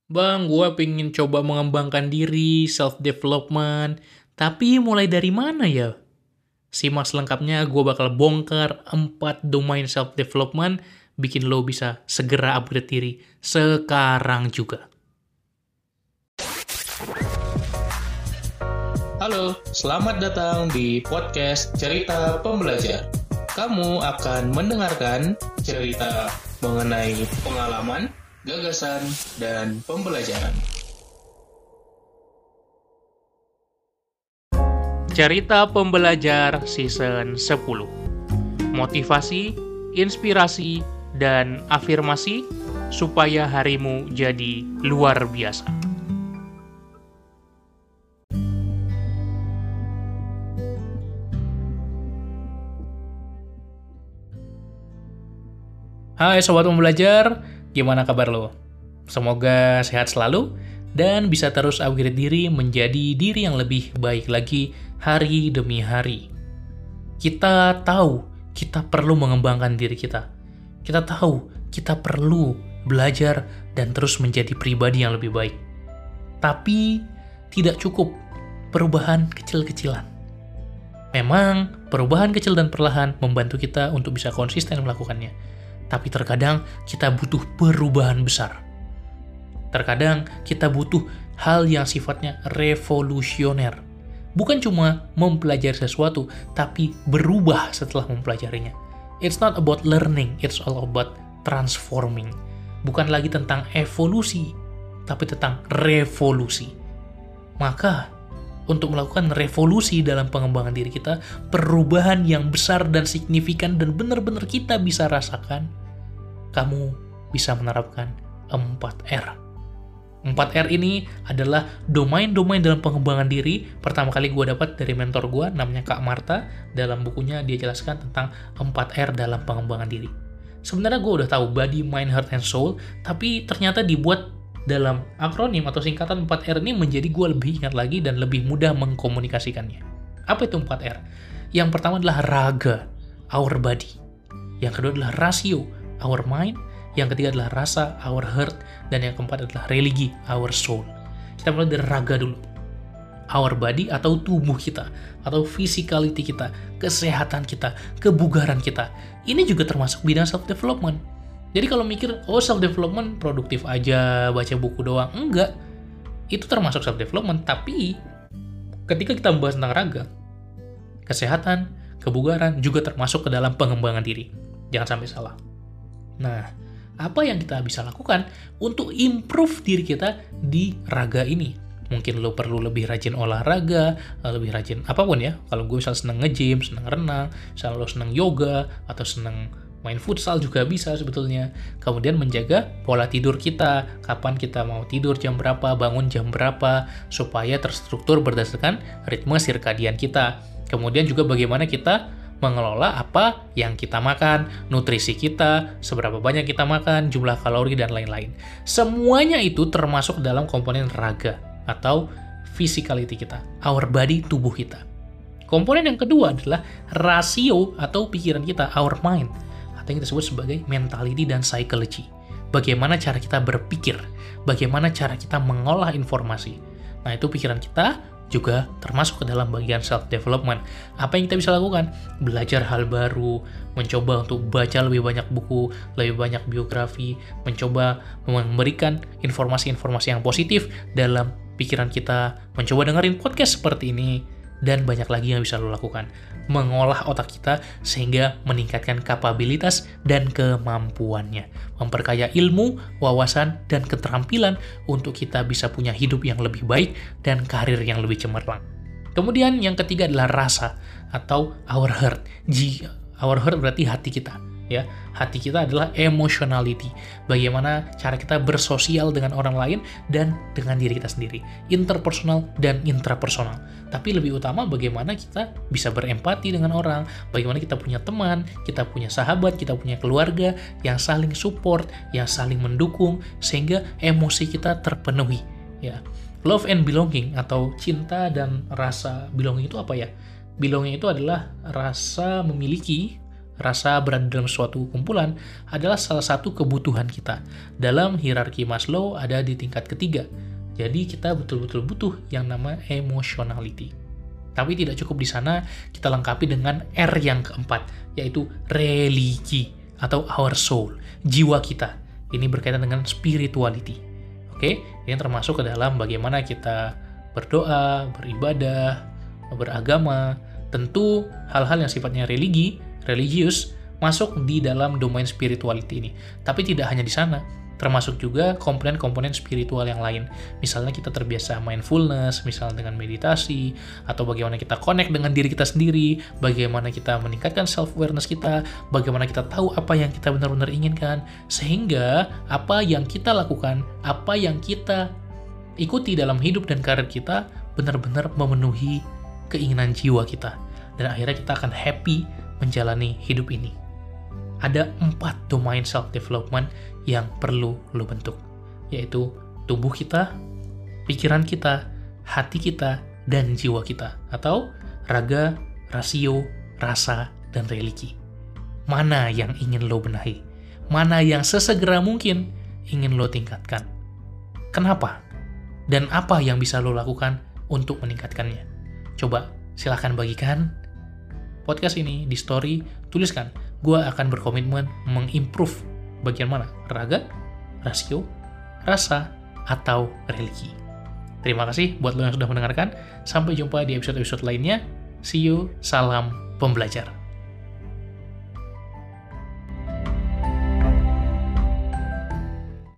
Bang, gue pengen coba mengembangkan diri, self-development. Tapi mulai dari mana ya? Simak selengkapnya, gue bakal bongkar 4 domain self-development, bikin lo bisa segera upgrade diri sekarang juga. Halo, selamat datang di podcast Cerita Pembelajar. Kamu akan mendengarkan cerita mengenai pengalaman, gagasan, dan pembelajaran. Cerita Pembelajar Season 10. Motivasi, inspirasi, dan afirmasi supaya harimu jadi luar biasa. Hai Sobat Pembelajar, gimana kabar lo? Semoga sehat selalu dan bisa terus upgrade diri menjadi diri yang lebih baik lagi hari demi hari. Kita tahu kita perlu mengembangkan diri kita. Kita tahu kita perlu belajar dan terus menjadi pribadi yang lebih baik. Tapi tidak cukup perubahan kecil-kecilan. Memang perubahan kecil dan perlahan membantu kita untuk bisa konsisten melakukannya. Tapi terkadang kita butuh perubahan besar. Terkadang kita butuh hal yang sifatnya revolusioner. Bukan cuma mempelajari sesuatu, tapi berubah setelah mempelajarinya. It's not about learning, it's all about transforming. Bukan lagi tentang evolusi, tapi tentang revolusi. Maka, untuk melakukan revolusi dalam pengembangan diri kita, perubahan yang besar dan signifikan dan benar-benar kita bisa rasakan, kamu bisa menerapkan 4R. 4R ini adalah domain-domain dalam pengembangan diri. Pertama kali gue dapat dari mentor gue, namanya Kak Marta. Dalam bukunya dia jelaskan tentang 4R dalam pengembangan diri. Sebenarnya gue udah tahu body, mind, heart, and soul, tapi ternyata dibuat dalam akronim atau singkatan 4R ini menjadi gue lebih ingat lagi dan lebih mudah mengkomunikasikannya. Apa itu 4R? Yang pertama adalah raga, our body. Yang kedua adalah rasio, our mind. Yang ketiga adalah rasa, our heart. Dan yang keempat adalah religi, our soul. Kita mulai dari raga dulu. Our body atau tubuh kita, atau physicality kita, kesehatan kita, kebugaran kita. Ini juga termasuk bidang self-development. Jadi kalau mikir, self-development produktif aja, baca buku doang. Enggak. Itu termasuk self-development, tapi ketika kita membahas tentang raga, kesehatan, kebugaran juga termasuk ke dalam pengembangan diri. Jangan sampai salah. Nah, apa yang kita bisa lakukan untuk improve diri kita di raga ini? Mungkin lo perlu lebih rajin olahraga, lebih rajin apapun ya. Kalau gue misalnya seneng nge-gym, seneng renang, misalnya lo seneng yoga, atau seneng main futsal juga bisa sebetulnya. Kemudian menjaga pola tidur kita, kapan kita mau tidur jam berapa, bangun jam berapa, supaya terstruktur berdasarkan ritme sirkadian kita. Kemudian juga bagaimana kita mengelola apa yang kita makan, nutrisi kita, seberapa banyak kita makan, jumlah kalori, dan lain-lain. Semuanya itu termasuk dalam komponen raga atau physicality kita, our body, tubuh kita. Komponen yang kedua adalah rasio atau pikiran kita, our mind, atau yang kita sebut sebagai mentality dan psychology. Bagaimana cara kita berpikir, bagaimana cara kita mengolah informasi. Nah, itu pikiran kita juga termasuk ke dalam bagian self-development. Apa yang kita bisa lakukan? Belajar hal baru, mencoba untuk baca lebih banyak buku, lebih banyak biografi, mencoba memberikan informasi-informasi yang positif dalam pikiran kita, mencoba dengerin podcast seperti ini, dan banyak lagi yang bisa lo lakukan. Mengolah otak kita sehingga meningkatkan kapabilitas dan kemampuannya. Memperkaya ilmu, wawasan, dan keterampilan untuk kita bisa punya hidup yang lebih baik dan karir yang lebih cemerlang. Kemudian yang ketiga adalah rasa atau our heart. Our heart berarti hati kita. Ya, hati kita adalah emotionality. Bagaimana cara kita bersosial dengan orang lain dan dengan diri kita sendiri, interpersonal dan intrapersonal. Tapi lebih utama bagaimana kita bisa berempati dengan orang, bagaimana kita punya teman, kita punya sahabat, kita punya keluarga yang saling support, yang saling mendukung sehingga emosi kita terpenuhi. Ya, love and belonging atau cinta dan rasa belonging itu apa ya? Belonging itu adalah rasa memiliki rasa berada dalam suatu kumpulan adalah salah satu kebutuhan kita. Dalam hierarki Maslow ada di tingkat ketiga. Jadi kita betul-betul butuh yang nama emotionality. Tapi tidak cukup di sana, kita lengkapi dengan R yang keempat, yaitu religi atau our soul, jiwa kita. Ini berkaitan dengan spirituality. Oke, ini termasuk ke dalam bagaimana kita berdoa, beribadah, beragama. Tentu hal-hal yang sifatnya religius, masuk di dalam domain spirituality ini. Tapi tidak hanya di sana, termasuk juga komponen-komponen spiritual yang lain. Misalnya kita terbiasa mindfulness, misalnya dengan meditasi, atau bagaimana kita connect dengan diri kita sendiri, bagaimana kita meningkatkan self-awareness kita, bagaimana kita tahu apa yang kita benar-benar inginkan, sehingga apa yang kita lakukan, apa yang kita ikuti dalam hidup dan karir kita, benar-benar memenuhi keinginan jiwa kita. Dan akhirnya kita akan happy menjalani hidup ini. Ada 4 domain self-development yang perlu lo bentuk, yaitu tubuh kita, pikiran kita, hati kita, dan jiwa kita, atau raga, rasio, rasa, dan religi. Mana yang ingin lo benahi? Mana yang sesegera mungkin ingin lo tingkatkan? Kenapa? Dan apa yang bisa lo lakukan untuk meningkatkannya? Coba silahkan bagikan podcast ini di story, tuliskan. Gue akan berkomitmen mengimprove bagian mana? Raga, rasio, rasa, atau religi. Terima kasih buat lo yang sudah mendengarkan. Sampai jumpa di episode-episode lainnya. See you, salam pembelajar.